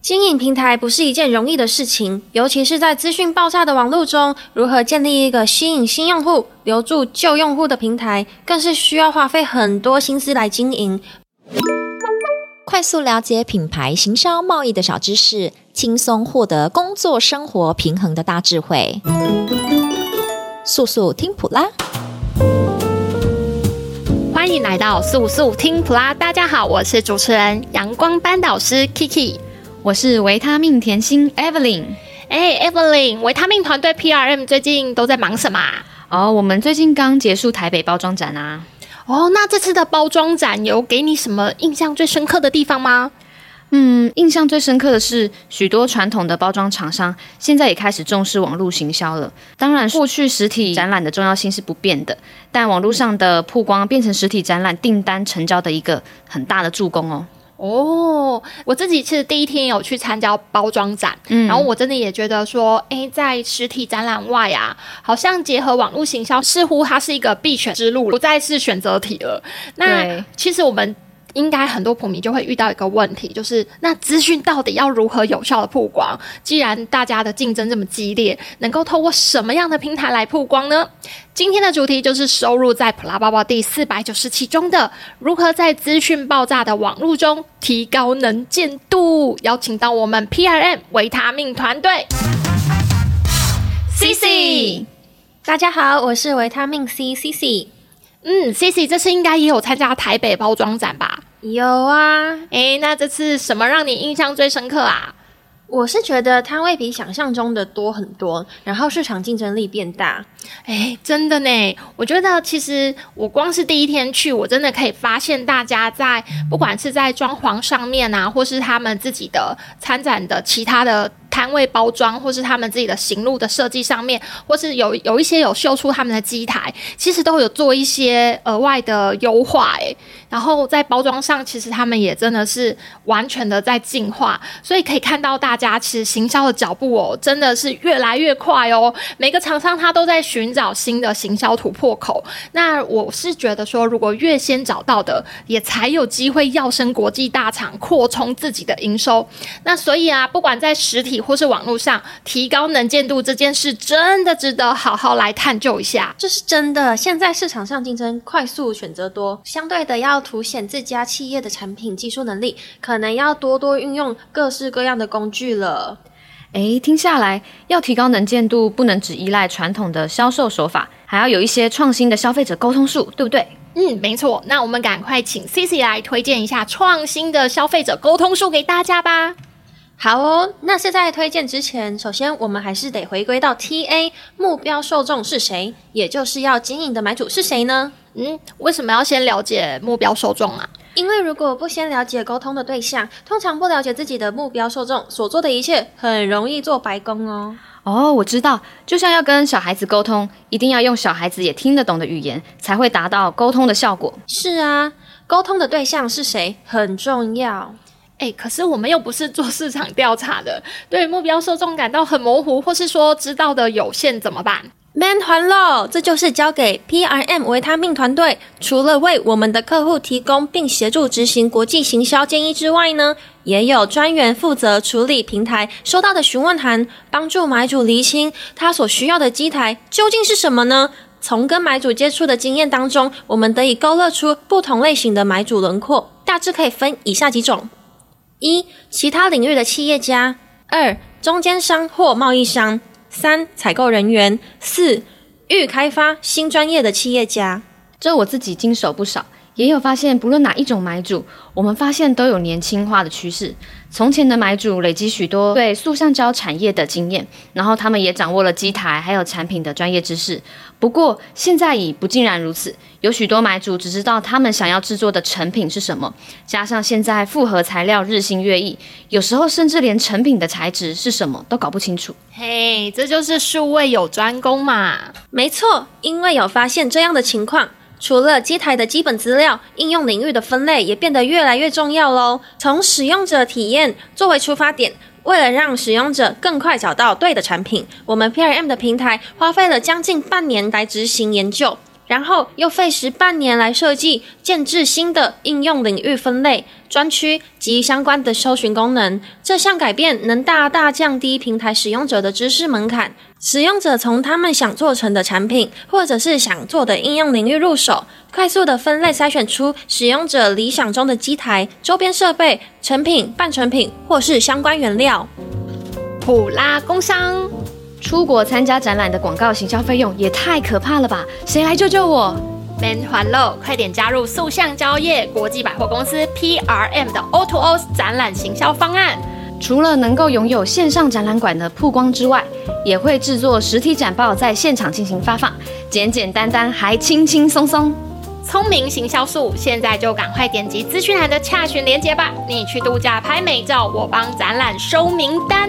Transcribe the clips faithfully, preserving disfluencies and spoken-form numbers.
经营平台不是一件容易的事情，尤其是在资讯爆炸的网络中，如何建立一个吸引新用户、留住旧用户的平台，更是需要花费很多心思来经营。 快速了解品牌行销贸易的小知识，轻松获得工作生活平衡的大智慧。速速听普拉， 欢迎来到速速听普拉。大家好，我是主持人阳光班导师 Kiki， 我是维他命甜心 Evelyn。 哎 ，Evelyn， 维他命团队 P R M 最近都在忙什么啊？ 哦，我们最近刚结束台北包装展啊。 哦，那这次的包装展有给你什么印象最深刻的地方吗？ 嗯，印象最深刻的是，许多传统的包装厂商现在也开始重视网络行销了。当然，过去实体展览的重要性是不变的，但网络上的曝光变成实体展览订单成交的一个很大的助攻哦。 哦，我自己是第一天有去参加包装展，嗯，然后我真的也觉得说，哎，在实体展览外啊，好像结合网络行销，似乎它是一个必选之路，不再是选择题了。那其实我们应该很多普迷就会遇到一个问题，就是那资讯到底要如何有效的曝光？既然大家的竞争这么激烈，能够透过什么样的平台来曝光呢？今天的主题就是收录在普拉包包第四百九十期中的如何在资讯爆炸的网络中提高能见度，邀请到我们 P R M 维他命团队 C C。 大家好，我是维他命 C C C。 嗯 C C 这次应该也有参加台北包装展吧？ 有啊。 诶，那这次什么让你印象最深刻啊？ 我是觉得摊位比想象中的多很多，然后市场竞争力变大。 哎，真的呢，我觉得其实我光是第一天去，我真的可以发现大家在不管是在装潢上面啊，或是他们自己的参展的其他的摊位包装，或是他们自己的行路的设计上面，或是有有一些有秀出他们的机台，其实都有做一些额外的优化。哎，然后在包装上，其实他们也真的是完全的在进化，所以可以看到大家其实行销的脚步哦，真的是越来越快哦。每个厂商他都在寻找新的行销突破口。那我是觉得说，如果越先找到的，也才有机会跃升国际大厂，扩充自己的营收。那所以啊，不管在实体或是网络上，提高能见度这件事，真的值得好好来探究一下。 这是真的，现在市场上竞争快速，选择多，相对的要凸显自家企业的产品技术能力，可能要多多运用各式各样的工具了。 诶，听下来，要提高能见度，不能只依赖传统的销售手法，还要有一些创新的消费者沟通术，对不对？ 嗯，没错。那我们赶快请 C C 来推荐一下创新的消费者沟通术给大家吧。 好哦，那是在推荐之前，首先我们还是得回归到 T A 目标受众是谁，也就是要经营的买主是谁呢？ 嗯，为什么要先了解目标受众啊？ 因为如果不先了解沟通的对象，通常不了解自己的目标受众，所做的一切很容易做白工哦。 哦，我知道，就像要跟小孩子沟通，一定要用小孩子也听得懂的语言，才会达到沟通的效果。 是啊，沟通的对象是谁很重要。 哎，可是我们又不是做市场调查的，对目标受众感到很模糊，或是说知道的有限怎么办 ？Man 还喽，这就是交给 P R M 维他命团队，除了为我们的客户提供并协助执行国际行销建议之外呢，也有专员负责处理平台收到的询问函，帮助买主厘清他所需要的机台究竟是什么呢？从跟买主接触的经验当中，我们得以勾勒出不同类型的买主轮廓，大致可以分以下几种：一、其他领域的企业家；二、中间商或贸易商；三、采购人员；四、欲开发新专业的企业家。 这我自己经手不少，也有发现不论哪一种买主，我们发现都有年轻化的趋势。从前的买主累积许多对塑橡胶产业的经验，然后他们也掌握了机台还有产品的专业知识。不过现在已不尽然如此，有许多买主只知道他们想要制作的成品是什么，加上现在复合材料日新月异，有时候甚至连成品的材质是什么都搞不清楚。 嘿，这就是数位有专攻嘛。 没错，因为有发现这样的情况，除了机台的基本资料，应用领域的分类也变得越来越重要咯。从使用者体验作为出发点，为了让使用者更快找到对的产品，我们 P R M 的平台花费了将近半年来执行研究， 然后又费时半年来设计建制新的应用领域分类、专区及相关的搜寻功能。这项改变能大大降低平台使用者的知识门槛，使用者从他们想做成的产品或者是想做的应用领域入手，快速的分类筛选出使用者理想中的机台、周边设备、成品、半成品或是相关原料。 普拉工商。 出国参加展览的广告行销费用也太可怕了吧？谁来救救我？ 免环漏，快点加入塑橡胶业国际百货公司 P R M 的 O to O 展览行销方案。 除了能够拥有线上展览馆的曝光之外，也会制作实体展报在现场进行发放，简简单单还轻轻松松。 聪明行销术，现在就赶快点击资讯栏的洽询连结吧！你去度假拍美照，我帮展览收名单。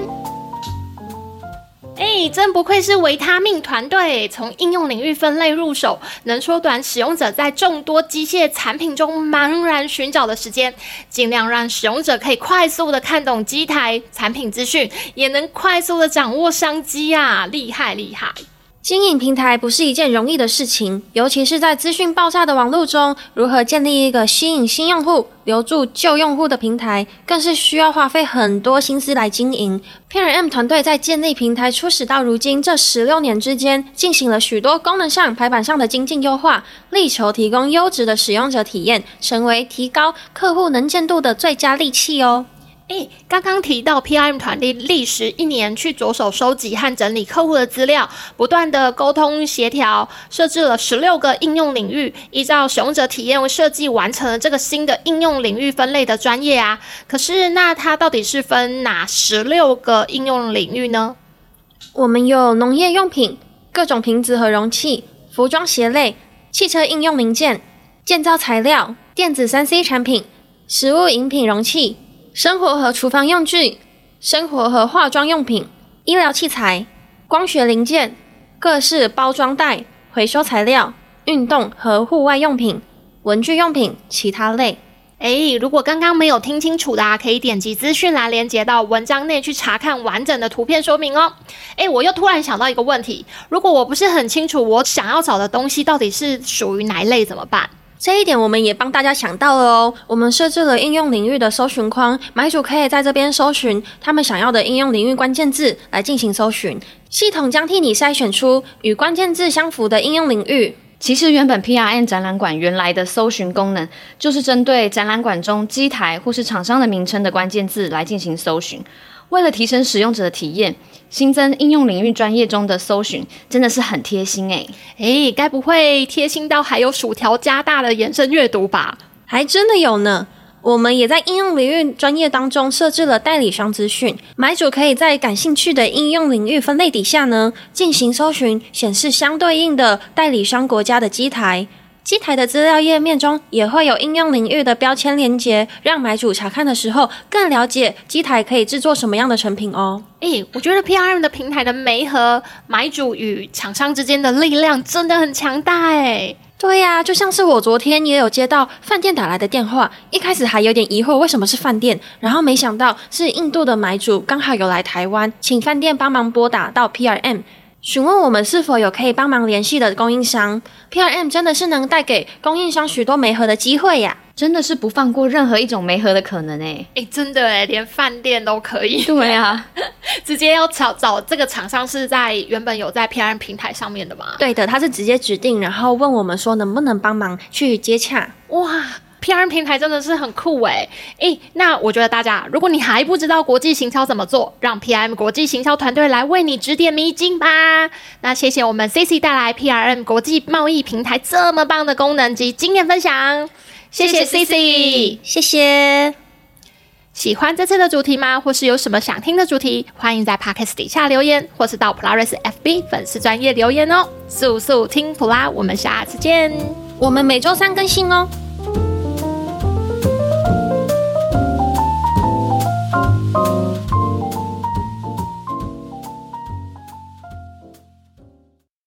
哎，真不愧是维他命团队，从应用领域分类入手，能缩短使用者在众多机械产品中茫然寻找的时间，尽量让使用者可以快速的看懂机台产品资讯，也能快速的掌握商机啊，厉害厉害！ 经营平台不是一件容易的事情，尤其是在资讯爆炸的网络中，如何建立一个吸引新用户、留住旧用户的平台，更是需要花费很多心思来经营。P R M 团队在建立平台初始到如今这十六年之间，进行了许多功能上、排版上的精进优化，力求提供优质的使用者体验，成为提高客户能见度的最佳利器哦。 诶，刚刚提到 P R M 团队历时一年去着手收集和整理客户的资料，不断的沟通协调，设置了十六个应用领域，依照使用者体验设计完成了这个新的应用领域分类的专业啊。可是那它到底是分哪十六个应用领域呢？ 我们有农业用品、各种瓶子和容器、服装鞋类、汽车应用零件、建造材料、电子 三 C 产品、食物饮品容器、生活和厨房用具、生活和化妆用品、医疗器材、光学零件、各式包装袋、回收材料、运动和户外用品、文具用品、其他类。 诶，如果刚刚没有听清楚的啊，可以点击资讯栏连结到文章内去查看完整的图片说明哦。诶，我又突然想到一个问题，如果我不是很清楚我想要找的东西到底是属于哪一类怎么办？ 这一点我们也帮大家想到了哦，我们设置了应用领域的搜寻框，买主可以在这边搜寻他们想要的应用领域关键字来进行搜寻，系统将替你筛选出与关键字相符的应用领域。 其实原本 P R M 展览馆原来的搜寻功能，就是针对展览馆中机台或是厂商的名称的关键字来进行搜寻。为了提升使用者的体验，新增应用领域专业中的搜寻真的是很贴心诶。 诶，该不会贴心到还有薯条加大的延伸阅读吧？ 还真的有呢。我们也在应用领域专业当中设置了代理商资讯，买主可以在感兴趣的应用领域分类底下呢进行搜寻，显示相对应的代理商国家的机台。机台的资料页面中也会有应用领域的标签连结，让买主查看的时候更了解机台可以制作什么样的成品哦。 诶，我觉得 P R M 的平台的媒合买主与厂商之间的力量真的很强大诶。 对呀、啊，就像是我昨天也有接到饭店打来的电话，一开始还有点疑惑为什么是饭店，然后没想到是印度的买主刚好有来台湾，请饭店帮忙拨打到 P R M， 询问我们是否有可以帮忙联系的供应商。 P R M 真的是能带给供应商许多媒合的机会呀， 真的是不放过任何一种媒合的可能诶。 诶，真的诶，连饭店都可以。 对啊， 直接要找找这个厂商是在原本有在 P R M 平台上面的吗？ 对的，他是直接指定，然后问我们说能不能帮忙去接洽。 哇，P R M 平台真的是很酷诶。诶，那我觉得大家，如果你还不知道国际行销怎么做，让 P R M 国际行销团队来为你指点迷津吧。那谢谢我们 C C 带来 P R M 国际贸易平台这么棒的功能及经验分享，谢谢 C C， 谢谢。 喜欢这次的主题吗？或是有什么想听的主题？欢迎在 Podcast 底下留言，或是到 Polaris F B 粉丝专页留言哦。速速听普拉，我们下次见。 我们每周三更新哦。